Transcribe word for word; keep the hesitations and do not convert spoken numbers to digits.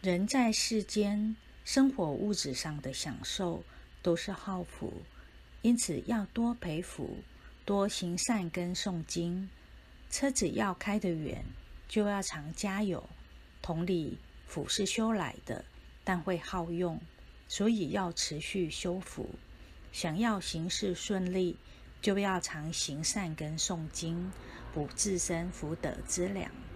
人在世间，生活物质上的享受都是好福，因此要多培福，多行善跟诵经。车子要开得远，就要常加油。同理，福是修来的，但会耗用，所以要持续修福。想要行事顺利，就要常行善跟诵经，补自身福德资粮。